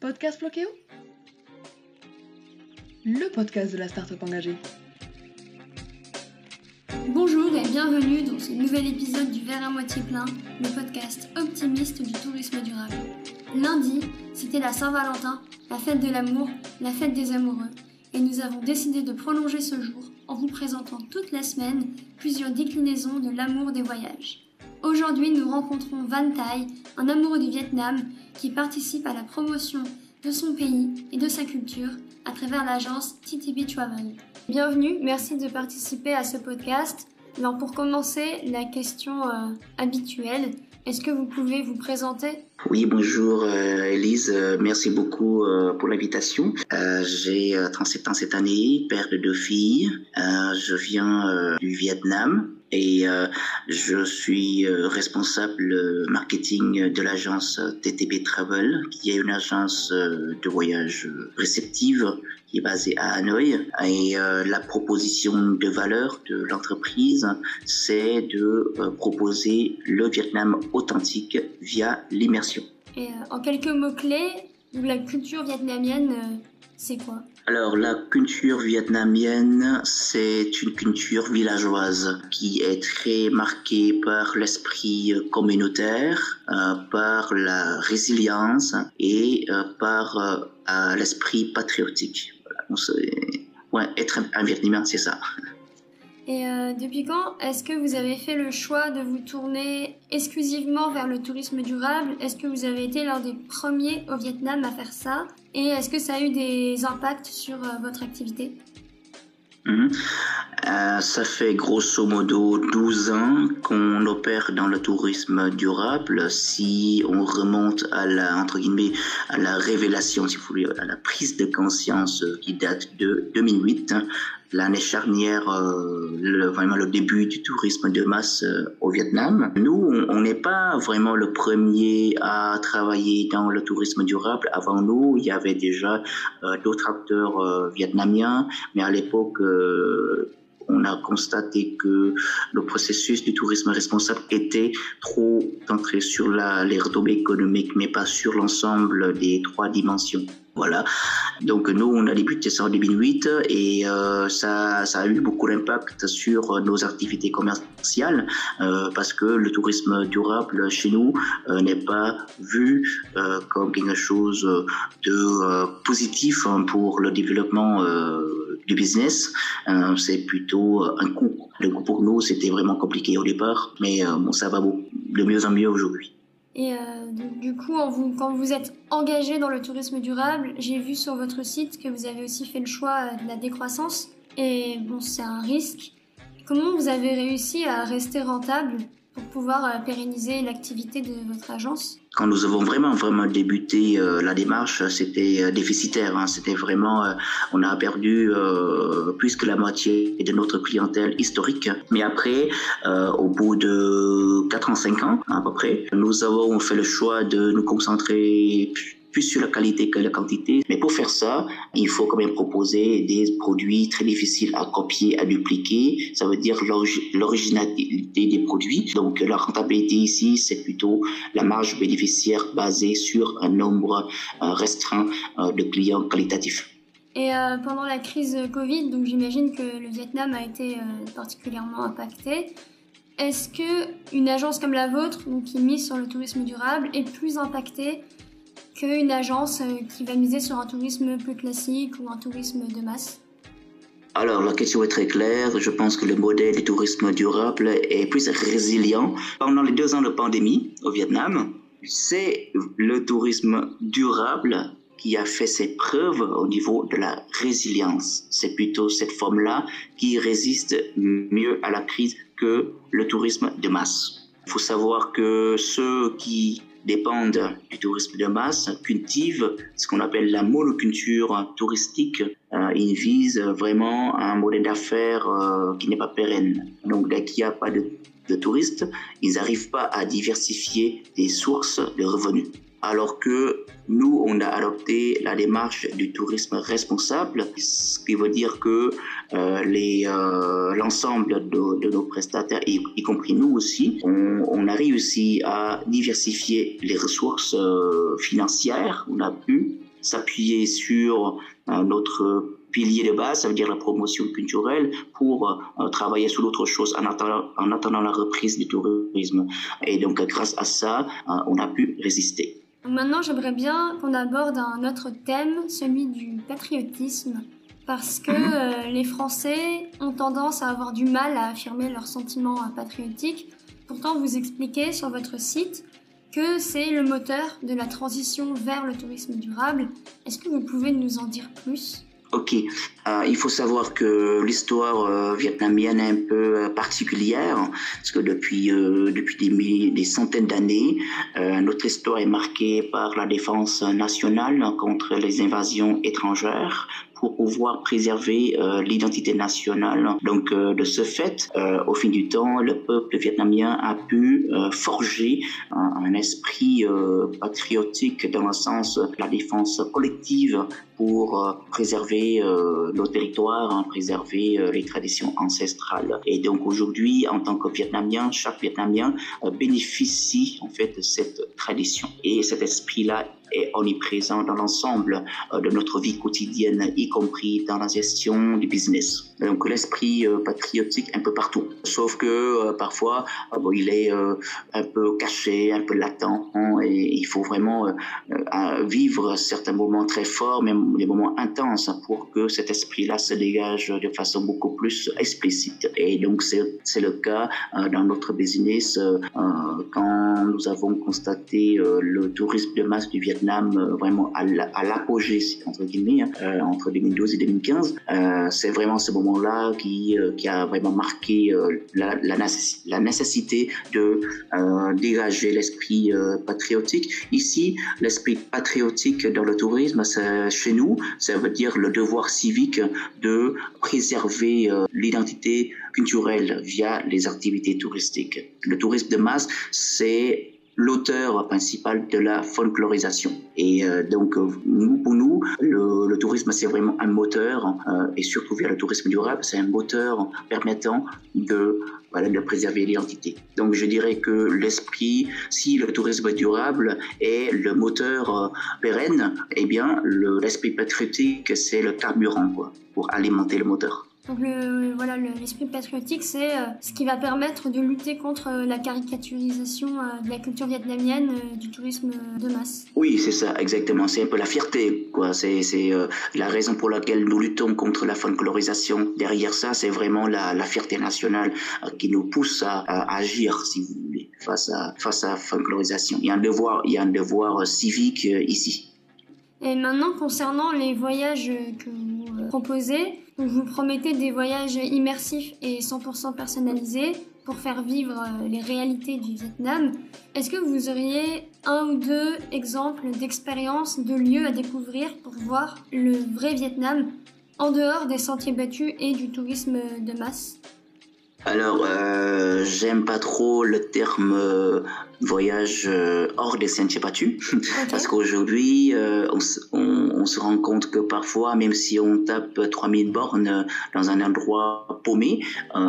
Podcast Floqueo, le podcast de la start-up engagée. Bonjour et bienvenue dans ce nouvel épisode du Verre à moitié plein, le podcast optimiste du tourisme durable. Lundi, c'était la Saint-Valentin, la fête de l'amour, la fête des amoureux, et nous avons décidé de prolonger ce jour en vous présentant toute la semaine plusieurs déclinaisons de l'amour des voyages. Aujourd'hui, nous rencontrons Van Thai, un amoureux du Vietnam qui participe à la promotion de son pays et de sa culture à travers l'agence TTB Travel. Bienvenue, merci de participer à ce podcast. Alors pour commencer, la question habituelle, est-ce que vous pouvez vous présenter ? Oui, bonjour Elise, merci beaucoup pour l'invitation. J'ai 37 ans cette année, père de 2 filles. Je viens du Vietnam et je suis responsable marketing de l'agence TTB Travel, qui est une agence de voyage réceptive qui est basée à Hanoï. Et la proposition de valeur de l'entreprise, c'est de proposer le Vietnam authentique via l'immersion. Et en quelques mots-clés, la culture vietnamienne, c'est quoi ? Alors, la culture vietnamienne, c'est une culture villageoise qui est très marquée par l'esprit communautaire, par la résilience et par l'esprit patriotique. Voilà. Être un Vietnamien, c'est ça. Et depuis quand est-ce que vous avez fait le choix de vous tourner exclusivement vers le tourisme durable ? Est-ce que vous avez été l'un des premiers au Vietnam à faire ça ? Et est-ce que ça a eu des impacts sur votre activité ? Ça fait grosso modo 12 ans qu'on opère dans le tourisme durable. Si on remonte à la révélation, si vous voulez, à la prise de conscience qui date de 2008, l'année charnière, vraiment le début du tourisme de masse au Vietnam. Nous, on n'est pas vraiment le premier à travailler dans le tourisme durable. Avant nous, il y avait déjà d'autres acteurs vietnamiens, mais à l'époque, on a constaté que le processus du tourisme responsable était trop centré sur les retombées économiques, mais pas sur l'ensemble des 3 dimensions. Voilà. Donc nous, on a débuté ça en 2008 et ça a eu beaucoup d'impact sur nos activités commerciales parce que le tourisme durable chez nous n'est pas vu comme quelque chose de positif pour le développement du business. C'est plutôt un coût. Le coût pour nous, c'était vraiment compliqué au départ, mais ça va de mieux en mieux aujourd'hui. Et du coup, quand vous êtes engagé dans le tourisme durable, j'ai vu sur votre site que vous avez aussi fait le choix de la décroissance. Et bon, c'est un risque. Comment vous avez réussi à rester rentable pour pouvoir pérenniser l'activité de votre agence ? Quand nous avons vraiment débuté la démarche, c'était déficitaire. C'était vraiment, on a perdu plus que la moitié de notre clientèle historique. Mais après, au bout de 4 ans, 5 ans à peu près, nous avons fait le choix de nous concentrer plus sur la qualité que la quantité. Mais pour faire ça, il faut quand même proposer des produits très difficiles à copier, à dupliquer. Ça veut dire l'originalité des produits. Donc la rentabilité ici, c'est plutôt la marge bénéficiaire basée sur un nombre restreint de clients qualitatifs. Et pendant la crise Covid, donc j'imagine que le Vietnam a été particulièrement impacté. Est-ce qu'une agence comme la vôtre, donc, qui mise sur le tourisme durable, est plus impactée qu'une agence qui va miser sur un tourisme plus classique ou un tourisme de masse ? Alors, la question est très claire. Je pense que le modèle du tourisme durable est plus résilient. Pendant les 2 ans de pandémie au Vietnam, c'est le tourisme durable qui a fait ses preuves au niveau de la résilience. C'est plutôt cette forme-là qui résiste mieux à la crise que le tourisme de masse. Il faut savoir que ceux qui dépendent du tourisme de masse cultivent ce qu'on appelle la monoculture touristique. Ils visent vraiment un modèle d'affaires qui n'est pas pérenne. Donc dès qu'il n'y a pas de touristes, ils n'arrivent pas à diversifier des sources de revenus. Alors que nous, on a adopté la démarche du tourisme responsable, ce qui veut dire que l'ensemble de nos prestataires, y compris nous aussi, on a réussi à diversifier les ressources financières. On a pu s'appuyer sur notre pilier de base, ça veut dire la promotion culturelle, pour travailler sur d'autres choses en attendant la reprise du tourisme. Et donc, grâce à ça, on a pu résister. Maintenant, j'aimerais bien qu'on aborde un autre thème, celui du patriotisme, parce que les Français ont tendance à avoir du mal à affirmer leurs sentiments patriotiques. Pourtant, vous expliquez sur votre site que c'est le moteur de la transition vers le tourisme durable. Est-ce que vous pouvez nous en dire plus ? Ok, il faut savoir que l'histoire vietnamienne est un peu particulière, parce que depuis des centaines d'années, notre histoire est marquée par la défense nationale contre les invasions étrangères, pour pouvoir préserver l'identité nationale. Donc, de ce fait, au fil du temps, le peuple vietnamien a pu forger un esprit patriotique dans le sens de la défense collective pour préserver nos territoires, préserver les traditions ancestrales. Et donc, aujourd'hui, en tant que Vietnamien, chaque Vietnamien bénéficie en fait de cette tradition. Et cet esprit-là est omniprésent dans l'ensemble de notre vie quotidienne, y compris dans la gestion du business. Donc l'esprit patriotique un peu partout. Sauf que parfois, il est un peu caché, un peu latent, et il faut vraiment vivre certains moments très forts, même des moments intenses, pour que cet esprit-là se dégage de façon beaucoup plus explicite. Et donc c'est le cas dans notre business quand nous avons constaté le tourisme de masse du Vietnam vraiment à l'apogée, entre guillemets, entre 2012 et 2015. C'est vraiment ce moment-là qui a vraiment marqué la nécessité de dégager l'esprit patriotique. Ici, l'esprit patriotique dans le tourisme, chez nous, ça veut dire le devoir civique de préserver l'identité culturelle via les activités touristiques. Le tourisme de masse, c'est l'auteur principal de la folklorisation. Et donc, pour nous, le tourisme, c'est vraiment un moteur, et surtout via le tourisme durable, c'est un moteur permettant de préserver l'identité. Donc, je dirais que l'esprit, si le tourisme durable est le moteur pérenne, eh bien, l'esprit patriotique, c'est le carburant, pour alimenter le moteur. Donc l'esprit patriotique, c'est ce qui va permettre de lutter contre la caricaturisation de la culture vietnamienne, du tourisme de masse. Oui, c'est ça, exactement. C'est un peu la fierté, quoi. C'est la raison pour laquelle nous luttons contre la folklorisation. Derrière ça, c'est vraiment la fierté nationale qui nous pousse à agir, si vous voulez, face à la folklorisation. Il y a un devoir civique ici. Et maintenant, concernant les voyages que vous proposez, vous promettez des voyages immersifs et 100% personnalisés pour faire vivre les réalités du Vietnam. Est-ce que vous auriez un ou deux exemples d'expériences, de lieux à découvrir pour voir le vrai Vietnam en dehors des sentiers battus et du tourisme de masse ? Alors, j'aime pas trop le terme voyage hors des sentiers battus, parce qu'aujourd'hui, on se rend compte que parfois, même si on tape 3000 bornes dans un endroit paumé,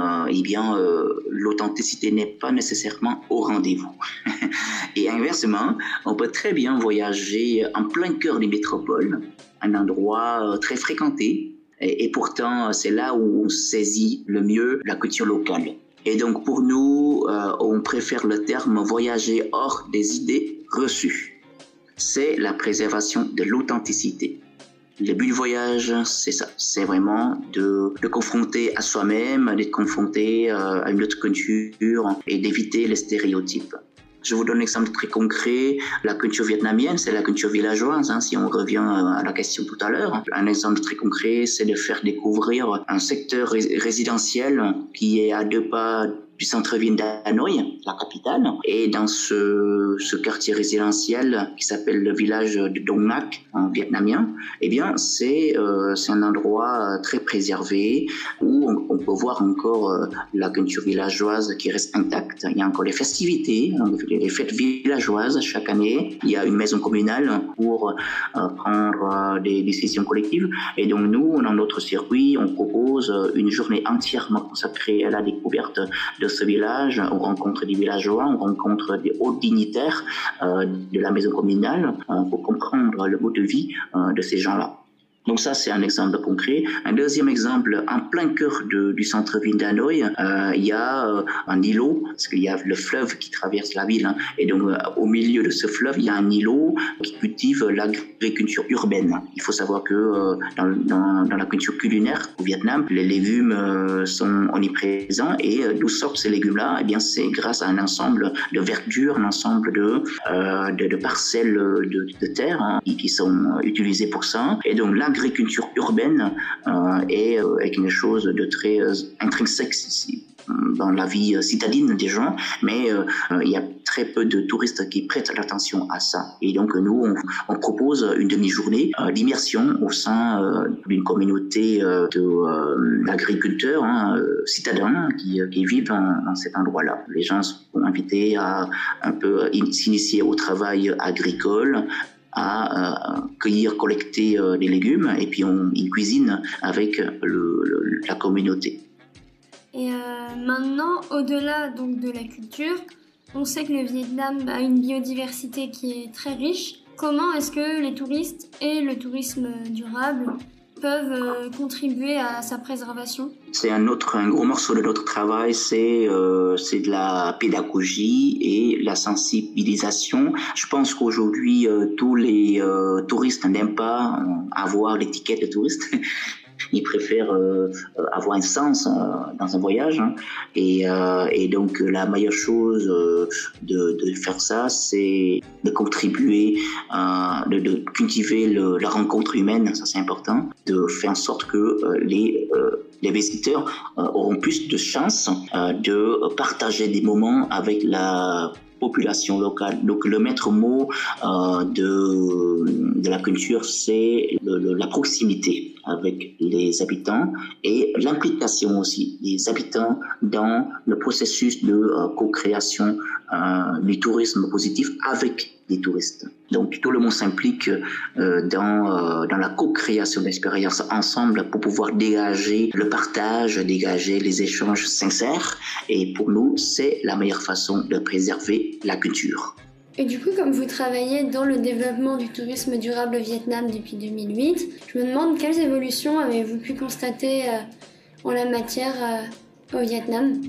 l'authenticité n'est pas nécessairement au rendez-vous. Et inversement, on peut très bien voyager en plein cœur des métropoles, un endroit très fréquenté, et pourtant, c'est là où on saisit le mieux la culture locale. Et donc, pour nous, on préfère le terme voyager hors des idées reçues. C'est la préservation de l'authenticité. Le but du voyage, c'est ça. C'est vraiment de confronter à soi-même, d'être confronté à une autre culture et d'éviter les stéréotypes. Je vous donne un exemple très concret. La culture vietnamienne, c'est la culture villageoise, si on revient à la question tout à l'heure. Un exemple très concret, c'est de faire découvrir un secteur résidentiel qui est à 2 pas du centre-ville d'Hanoï, la capitale. Et dans ce quartier résidentiel qui s'appelle le village de Dong Nac en vietnamien, eh bien, c'est un endroit très préservé où on peut voir encore la culture villageoise qui reste intacte. Il y a encore les festivités, les fêtes villageoises chaque année. Il y a une maison communale pour prendre des décisions collectives. Et donc, nous, dans notre circuit, on propose une journée entièrement consacrée à la découverte de de ce village, on rencontre des villageois, on rencontre des hauts dignitaires de la maison communale pour comprendre le mode de vie de ces gens-là. Donc ça, c'est un exemple concret. Un deuxième exemple, en plein cœur du centre-ville d'Hanoï, il y a un îlot, parce qu'il y a le fleuve qui traverse la ville. Et donc, au milieu de ce fleuve, il y a un îlot qui cultive l'agriculture urbaine. Il faut savoir que dans la culture culinaire au Vietnam, les légumes sont omniprésents. Et d'où sortent ces légumes-là? Eh bien, c'est grâce à un ensemble de verdure, un ensemble de parcelles de terre qui sont utilisées pour ça. Et donc, l'agriculture urbaine est quelque chose de très intrinsèque dans la vie citadine des gens, mais il y a très peu de touristes qui prêtent l'attention à ça. Et donc nous, on propose une demi-journée d'immersion au sein d'une communauté d'agriculteurs citadins qui vivent dans cet endroit-là. Les gens sont invités à un peu s'initier au travail agricole, à cueillir, collecter des légumes, et puis ils cuisinent avec la communauté. Et maintenant, au-delà donc de la culture, on sait que le Vietnam a une biodiversité qui est très riche. Comment est-ce que les touristes et le tourisme durable peuvent contribuer à sa préservation? C'est un gros morceau de notre travail, c'est de la pédagogie et la sensibilisation. Je pense qu'aujourd'hui, tous les touristes n'aiment pas avoir l'étiquette de touriste. Ils préfèrent avoir un sens dans un voyage. Et donc, la meilleure chose de faire ça, c'est de contribuer, de cultiver la rencontre humaine, ça c'est important, de faire en sorte que les visiteurs auront plus de chances de partager des moments avec la population locale. Donc le maître mot de la culture, c'est la proximité avec les habitants et l'implication aussi des habitants dans le processus de co-création du tourisme positif avec les touristes. Donc tout le monde s'implique dans la co-création d'expériences ensemble pour pouvoir dégager le partage, dégager les échanges sincères. Et pour nous, c'est la meilleure façon de préserver la culture. Et du coup, comme vous travaillez dans le développement du tourisme durable au Vietnam depuis 2008, je me demande quelles évolutions avez-vous pu constater en la matière au Vietnam?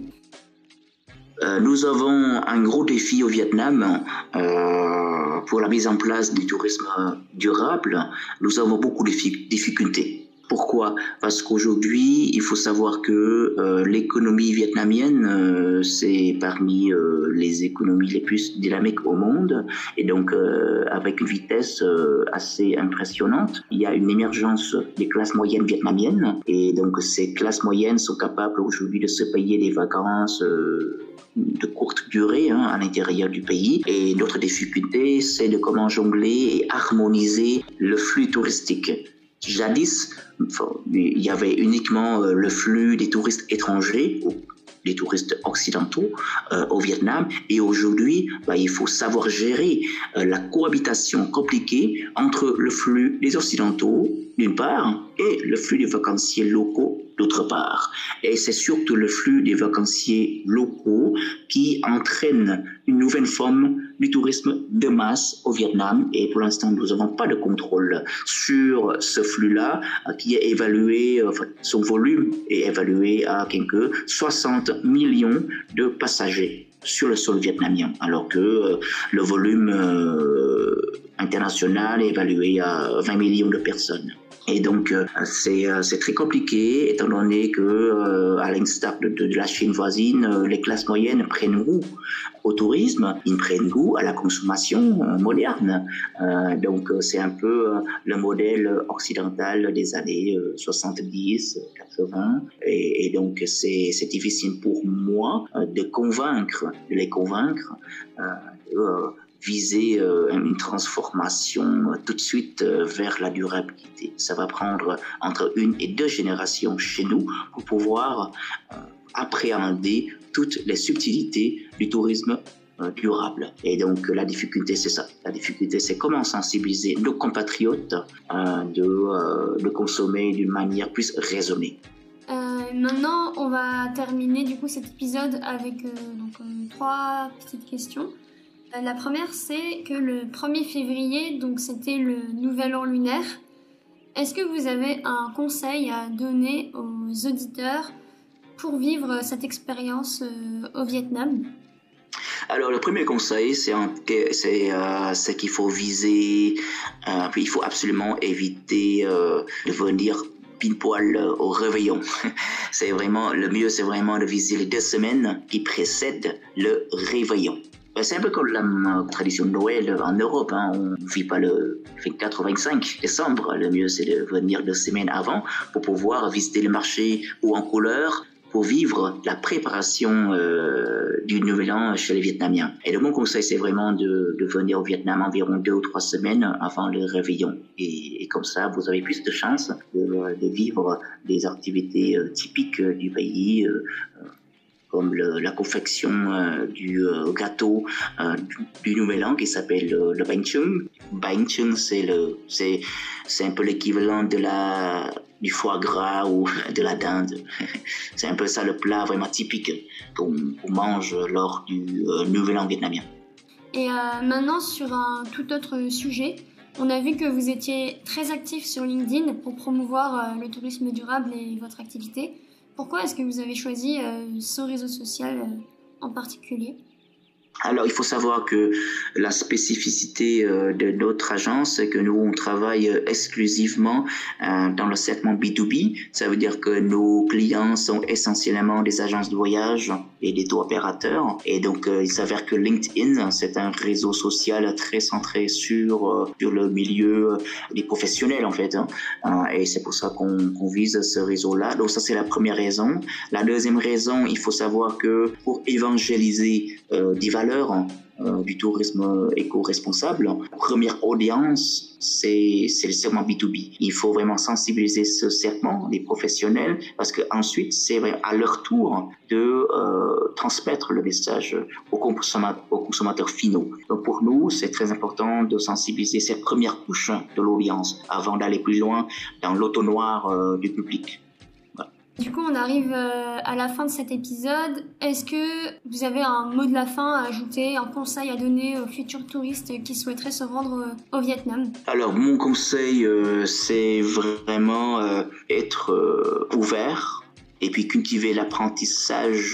Nous avons un gros défi au Vietnam pour la mise en place du tourisme durable. Nous avons beaucoup de difficultés. Pourquoi? Parce qu'aujourd'hui, il faut savoir que l'économie vietnamienne, c'est parmi les économies les plus dynamiques au monde, et donc avec une vitesse assez impressionnante. Il y a une émergence des classes moyennes vietnamiennes, et donc ces classes moyennes sont capables aujourd'hui de se payer des vacances de courte durée à l'intérieur du pays. Et notre difficulté, c'est de comment jongler et harmoniser le flux touristique. Jadis, il y avait uniquement le flux des touristes étrangers, ou des touristes occidentaux au Vietnam, et aujourd'hui, il faut savoir gérer la cohabitation compliquée entre le flux des occidentaux d'une part et le flux des vacanciers locaux d'autre part. Et c'est surtout le flux des vacanciers locaux qui entraîne une nouvelle forme du tourisme de masse au Vietnam. Et pour l'instant, nous n'avons pas de contrôle sur ce flux-là qui est évalué, son volume est évalué à quelque 60 millions de passagers sur le sol vietnamien, alors que le volume international est évalué à 20 millions de personnes. Et donc, c'est très compliqué, étant donné que, à l'instar de la Chine voisine, les classes moyennes prennent goût au tourisme, ils prennent goût à la consommation moderne. Donc, c'est un peu le modèle occidental des années 70, 80. Et donc, c'est difficile pour moi de les convaincre viser une transformation tout de suite vers la durabilité. Ça va prendre entre 1 et 2 générations chez nous pour pouvoir appréhender toutes les subtilités du tourisme durable. Et donc la difficulté, c'est ça. La difficulté, c'est comment sensibiliser nos compatriotes de consommer d'une manière plus raisonnée. Maintenant, on va terminer du coup cet épisode avec 3 petites questions. La première, c'est que le 1er février, donc c'était le nouvel an lunaire. Est-ce que vous avez un conseil à donner aux auditeurs pour vivre cette expérience au Vietnam ? Alors, le premier conseil, c'est qu'il faut viser, puis il faut absolument éviter de venir pile poil au réveillon. Le mieux, c'est vraiment de viser les 2 semaines qui précèdent le réveillon. C'est un peu comme la tradition de Noël en Europe, hein. On ne vit pas le 24 ou 25 décembre. Le mieux, c'est de venir 2 semaines avant pour pouvoir visiter le marché ou en couleur, pour vivre la préparation du Nouvel An chez les Vietnamiens. Et le bon conseil, c'est vraiment de venir au Vietnam environ 2 ou 3 semaines avant le réveillon. Et comme ça, vous avez plus de chances de vivre des activités typiques du pays, comme la confection du gâteau du Nouvel An qui s'appelle le Bánh Chưng. Bánh Chưng, c'est un peu l'équivalent du foie gras ou de la dinde. C'est un peu ça le plat vraiment typique qu'on mange lors du Nouvel An vietnamien. Et maintenant, sur un tout autre sujet, on a vu que vous étiez très actif sur LinkedIn pour promouvoir le tourisme durable et votre activité. Pourquoi est-ce que vous avez choisi ce réseau social en particulier ? Alors, il faut savoir que la spécificité de notre agence, c'est que nous, on travaille exclusivement dans le segment B2B. Ça veut dire que nos clients sont essentiellement des agences de voyage et des tour opérateurs. Et donc, il s'avère que LinkedIn, c'est un réseau social très centré sur le milieu des professionnels, en fait. Et c'est pour ça qu'on vise ce réseau-là. Donc, ça, c'est la première raison. La deuxième raison, il faut savoir que pour évangéliser des valeurs du tourisme éco-responsable, la première audience, c'est le segment B2B. Il faut vraiment sensibiliser ce segment des professionnels parce que ensuite c'est à leur tour de transmettre le message aux consommateurs finaux. Donc pour nous, c'est très important de sensibiliser cette première couche de l'audience avant d'aller plus loin dans l'auto-noir du public. Du coup, on arrive à la fin de cet épisode. Est-ce que vous avez un mot de la fin à ajouter, un conseil à donner aux futurs touristes qui souhaiteraient se rendre au Vietnam ? Alors, mon conseil, c'est vraiment être ouvert et puis cultiver l'apprentissage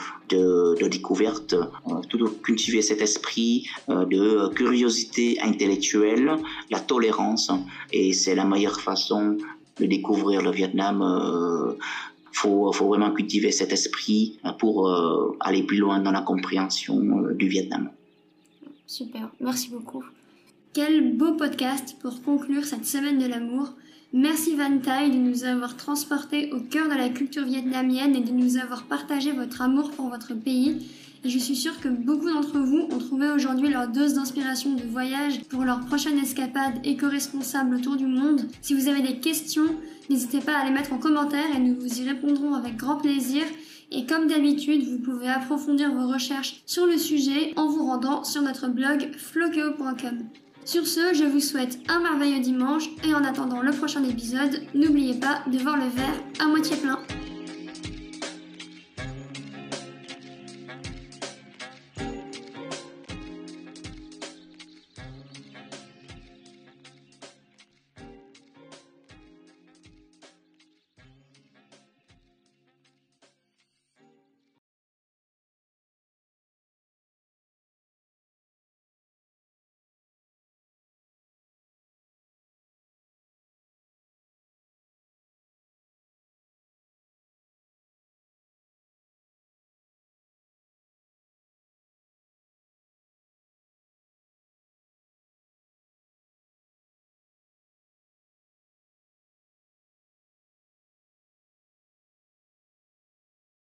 de découverte, cultiver cet esprit de curiosité intellectuelle, la tolérance, et c'est la meilleure façon de découvrir le Vietnam. Faut vraiment cultiver cet esprit pour aller plus loin dans la compréhension du Vietnam. Super, merci beaucoup. Quel beau podcast pour conclure cette semaine de l'amour. Merci Van Thai de nous avoir transportés au cœur de la culture vietnamienne et de nous avoir partagé votre amour pour votre pays. Et je suis sûre que beaucoup d'entre vous ont trouvé aujourd'hui leur dose d'inspiration de voyage pour leur prochaine escapade éco-responsable autour du monde. Si vous avez des questions, n'hésitez pas à les mettre en commentaire et nous vous y répondrons avec grand plaisir. Et comme d'habitude, vous pouvez approfondir vos recherches sur le sujet en vous rendant sur notre blog flokeo.com. Sur ce, je vous souhaite un merveilleux dimanche et en attendant le prochain épisode, n'oubliez pas de voir le verre à moitié plein.